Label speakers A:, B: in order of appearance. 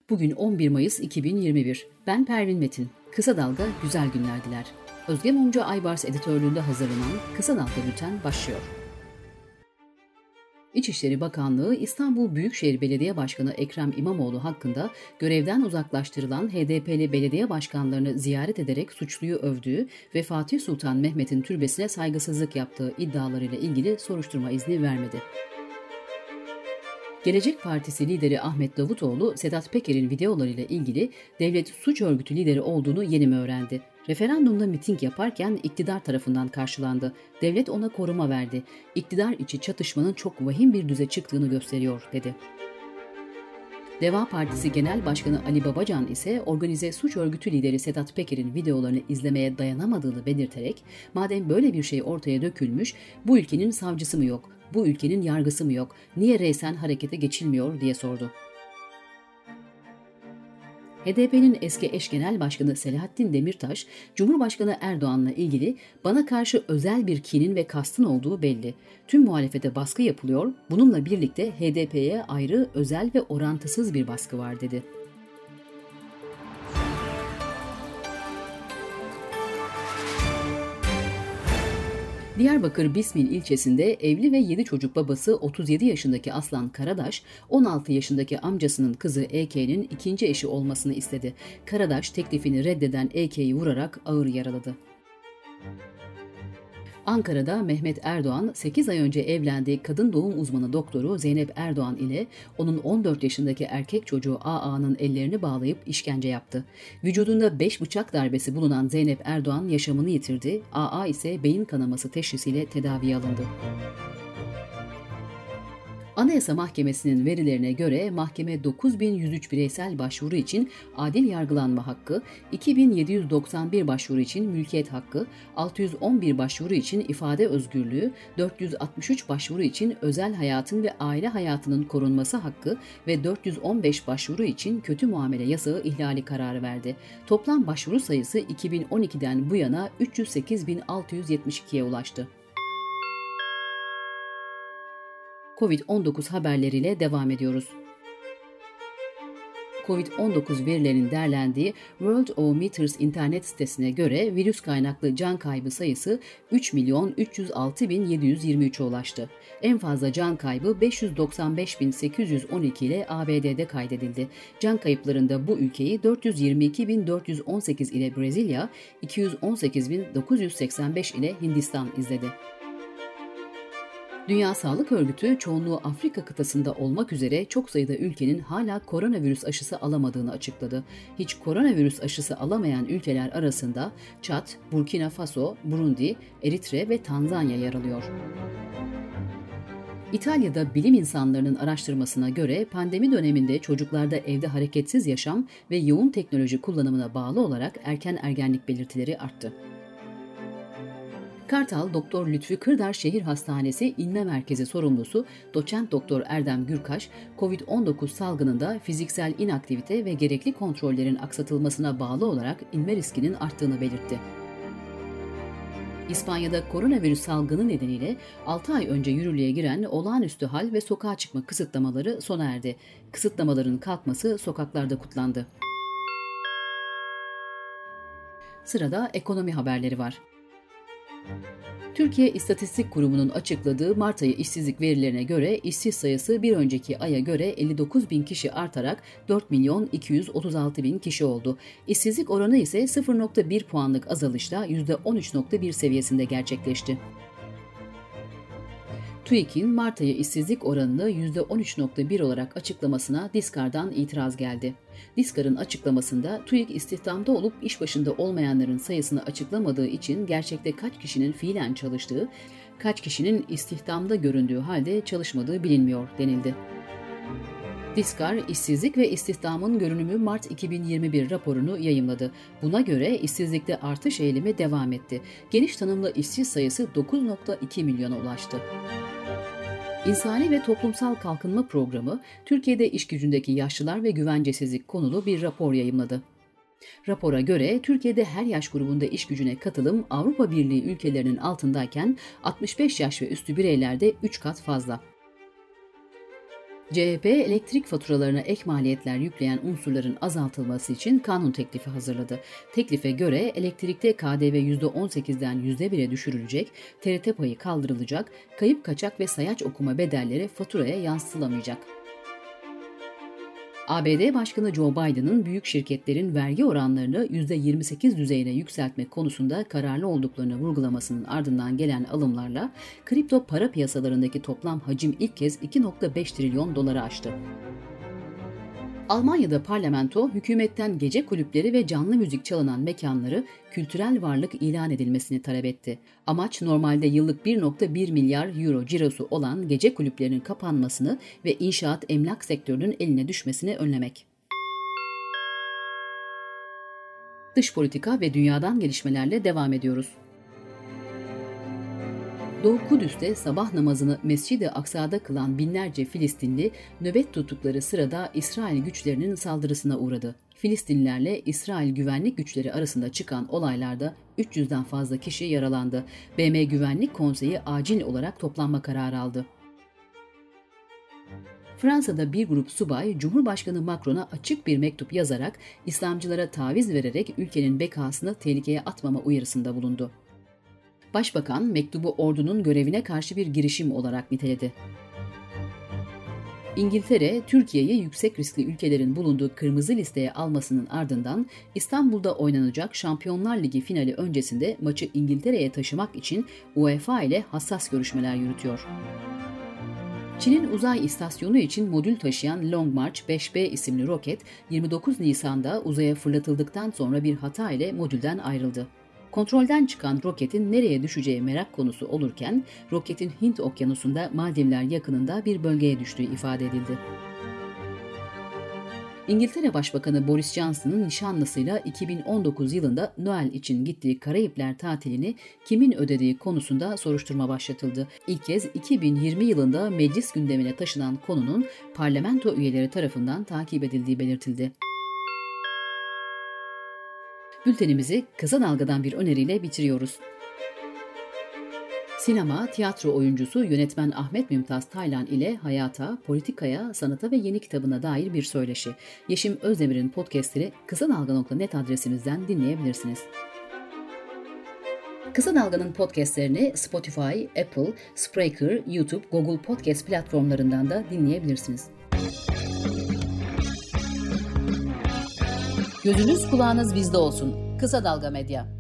A: Bugün 11 Mayıs 2021. Ben Pervin Metin. Kısa Dalga güzel günler diler. Özge Mumcu Aybars editörlüğünde hazırlanan Kısa Dalga Bülten başlıyor. İçişleri Bakanlığı İstanbul Büyükşehir Belediye Başkanı Ekrem İmamoğlu hakkında görevden uzaklaştırılan HDP'li belediye başkanlarını ziyaret ederek suçluyu övdüğü ve Fatih Sultan Mehmet'in türbesine saygısızlık yaptığı iddialarıyla ilgili soruşturma izni vermedi. Gelecek Partisi lideri Ahmet Davutoğlu, Sedat Peker'in videolarıyla ilgili devlet suç örgütü lideri olduğunu yeni mi öğrendi? Referandumda miting yaparken iktidar tarafından karşılandı. Devlet ona koruma verdi. İktidar içi çatışmanın çok vahim bir düze çıktığını gösteriyor, dedi. Deva Partisi Genel Başkanı Ali Babacan ise organize suç örgütü lideri Sedat Peker'in videolarını izlemeye dayanamadığını belirterek, madem böyle bir şey ortaya dökülmüş, bu ülkenin savcısı mı yok, bu ülkenin yargısı mı yok, niye reysen harekete geçilmiyor diye sordu. HDP'nin eski eş genel başkanı Selahattin Demirtaş, Cumhurbaşkanı Erdoğan'la ilgili bana karşı özel bir kinin ve kastın olduğu belli. Tüm muhalefete baskı yapılıyor, bununla birlikte HDP'ye ayrı, özel ve orantısız bir baskı var, dedi. Diyarbakır Bismil ilçesinde evli ve 7 çocuk babası 37 yaşındaki Aslan Karadaş, 16 yaşındaki amcasının kızı EK'nin ikinci eşi olmasını istedi. Karadaş teklifini reddeden EK'yi vurarak ağır yaraladı. Ankara'da Mehmet Erdoğan, 8 ay önce evlendiği kadın doğum uzmanı doktoru Zeynep Erdoğan ile onun 14 yaşındaki erkek çocuğu AA'nın ellerini bağlayıp işkence yaptı. Vücudunda 5 bıçak darbesi bulunan Zeynep Erdoğan yaşamını yitirdi, AA ise beyin kanaması teşhisiyle tedaviye alındı. Anayasa Mahkemesi'nin verilerine göre mahkeme 9103 bireysel başvuru için adil yargılanma hakkı, 2791 başvuru için mülkiyet hakkı, 611 başvuru için ifade özgürlüğü, 463 başvuru için özel hayatın ve aile hayatının korunması hakkı ve 415 başvuru için kötü muamele yasağı ihlali kararı verdi. Toplam başvuru sayısı 2012'den bu yana 308.672'ye ulaştı. Covid-19 haberleriyle devam ediyoruz. Covid-19 verilerinin derlendiği Worldometers internet sitesine göre virüs kaynaklı can kaybı sayısı 3.306.723'e ulaştı. En fazla can kaybı 595.812 ile ABD'de kaydedildi. Can kayıplarında bu ülkeyi 422.418 ile Brezilya, 218.985 ile Hindistan izledi. Dünya Sağlık Örgütü çoğunluğu Afrika kıtasında olmak üzere çok sayıda ülkenin hala koronavirüs aşısı alamadığını açıkladı. Hiç koronavirüs aşısı alamayan ülkeler arasında Çad, Burkina Faso, Burundi, Eritre ve Tanzanya yer alıyor. İtalya'da bilim insanlarının araştırmasına göre pandemi döneminde çocuklarda evde hareketsiz yaşam ve yoğun teknoloji kullanımına bağlı olarak erken ergenlik belirtileri arttı. Kartal Doktor Lütfü Kırdar Şehir Hastanesi İnme Merkezi sorumlusu Doçent Doktor Erdem Gürkaş, Covid-19 salgınında fiziksel inaktivite ve gerekli kontrollerin aksatılmasına bağlı olarak inme riskinin arttığını belirtti. İspanya'da koronavirüs salgını nedeniyle 6 ay önce yürürlüğe giren olağanüstü hal ve sokağa çıkma kısıtlamaları sona erdi. Kısıtlamaların kalkması sokaklarda kutlandı. Sırada ekonomi haberleri var. Türkiye İstatistik Kurumu'nun açıkladığı Mart ayı işsizlik verilerine göre işsiz sayısı bir önceki aya göre 59 bin kişi artarak 4.236.000 kişi oldu. İşsizlik oranı ise 0.1 puanlık azalışla %13.1 seviyesinde gerçekleşti. TÜİK'in Mart ayı işsizlik oranını %13.1 olarak açıklamasına Diskar'dan itiraz geldi. Diskar'ın açıklamasında TÜİK istihdamda olup iş başında olmayanların sayısını açıklamadığı için gerçekte kaç kişinin fiilen çalıştığı, kaç kişinin istihdamda göründüğü halde çalışmadığı bilinmiyor denildi. Diskar, işsizlik ve istihdamın görünümü Mart 2021 raporunu yayımladı. Buna göre işsizlikte artış eğilimi devam etti. Geniş tanımlı işsiz sayısı 9.2 milyona ulaştı. İnsani ve Toplumsal Kalkınma Programı, Türkiye'de iş gücündeki yaşlılar ve güvencesizlik konulu bir rapor yayımladı. Rapora göre Türkiye'de her yaş grubunda iş gücüne katılım Avrupa Birliği ülkelerinin altındayken 65 yaş ve üstü bireylerde 3 kat fazla. CHP, elektrik faturalarına ek maliyetler yükleyen unsurların azaltılması için kanun teklifi hazırladı. Teklife göre elektrikte KDV %18'den %1'e düşürülecek, TRT payı kaldırılacak, kayıp kaçak ve sayaç okuma bedelleri faturaya yansıtılamayacak. ABD Başkanı Joe Biden'ın büyük şirketlerin vergi oranlarını %28 düzeyine yükseltmek konusunda kararlı olduklarını vurgulamasının ardından gelen alımlarla kripto para piyasalarındaki toplam hacim ilk kez 2,5 trilyon doları aştı. Almanya'da parlamento, hükümetten gece kulüpleri ve canlı müzik çalınan mekanları kültürel varlık ilan edilmesini talep etti. Amaç normalde yıllık 1,1 milyar euro cirosu olan gece kulüplerinin kapanmasını ve inşaat emlak sektörünün eline düşmesini önlemek. Dış politika ve dünyadan gelişmelerle devam ediyoruz. Doğu Kudüs'te sabah namazını Mescid-i Aksa'da kılan binlerce Filistinli nöbet tuttukları sırada İsrail güçlerinin saldırısına uğradı. Filistinlilerle İsrail güvenlik güçleri arasında çıkan olaylarda 300'den fazla kişi yaralandı. BM Güvenlik Konseyi acil olarak toplanma kararı aldı. Fransa'da bir grup subay, Cumhurbaşkanı Macron'a açık bir mektup yazarak İslamcılara taviz vererek ülkenin bekasını tehlikeye atmama uyarısında bulundu. Başbakan mektubu ordunun görevine karşı bir girişim olarak niteledi. İngiltere, Türkiye'yi yüksek riskli ülkelerin bulunduğu kırmızı listeye almasının ardından İstanbul'da oynanacak Şampiyonlar Ligi finali öncesinde maçı İngiltere'ye taşımak için UEFA ile hassas görüşmeler yürütüyor. Çin'in uzay istasyonu için modül taşıyan Long March 5B isimli roket 29 Nisan'da uzaya fırlatıldıktan sonra bir hata ile modülden ayrıldı. Kontrolden çıkan roketin nereye düşeceği merak konusu olurken, roketin Hint Okyanusu'nda Maldivler yakınında bir bölgeye düştüğü ifade edildi. İngiltere Başbakanı Boris Johnson'ın nişanlısıyla 2019 yılında Noel için gittiği Karayipler tatilini kimin ödediği konusunda soruşturma başlatıldı. İlk kez 2020 yılında meclis gündemine taşınan konunun parlamento üyeleri tarafından takip edildiği belirtildi. Bültenimizi Kısa Dalga'dan bir öneriyle bitiriyoruz. Sinema, tiyatro oyuncusu yönetmen Ahmet Mümtaz Taylan ile hayata, politikaya, sanata ve yeni kitabına dair bir söyleşi. Yeşim Özdemir'in podcastleri kısadalga.net adresimizden dinleyebilirsiniz. Kısa Dalga'nın podcastlerini Spotify, Apple, Spreaker, YouTube, Google Podcast platformlarından da dinleyebilirsiniz. Gözünüz kulağınız bizde olsun. Kısa Dalga Medya.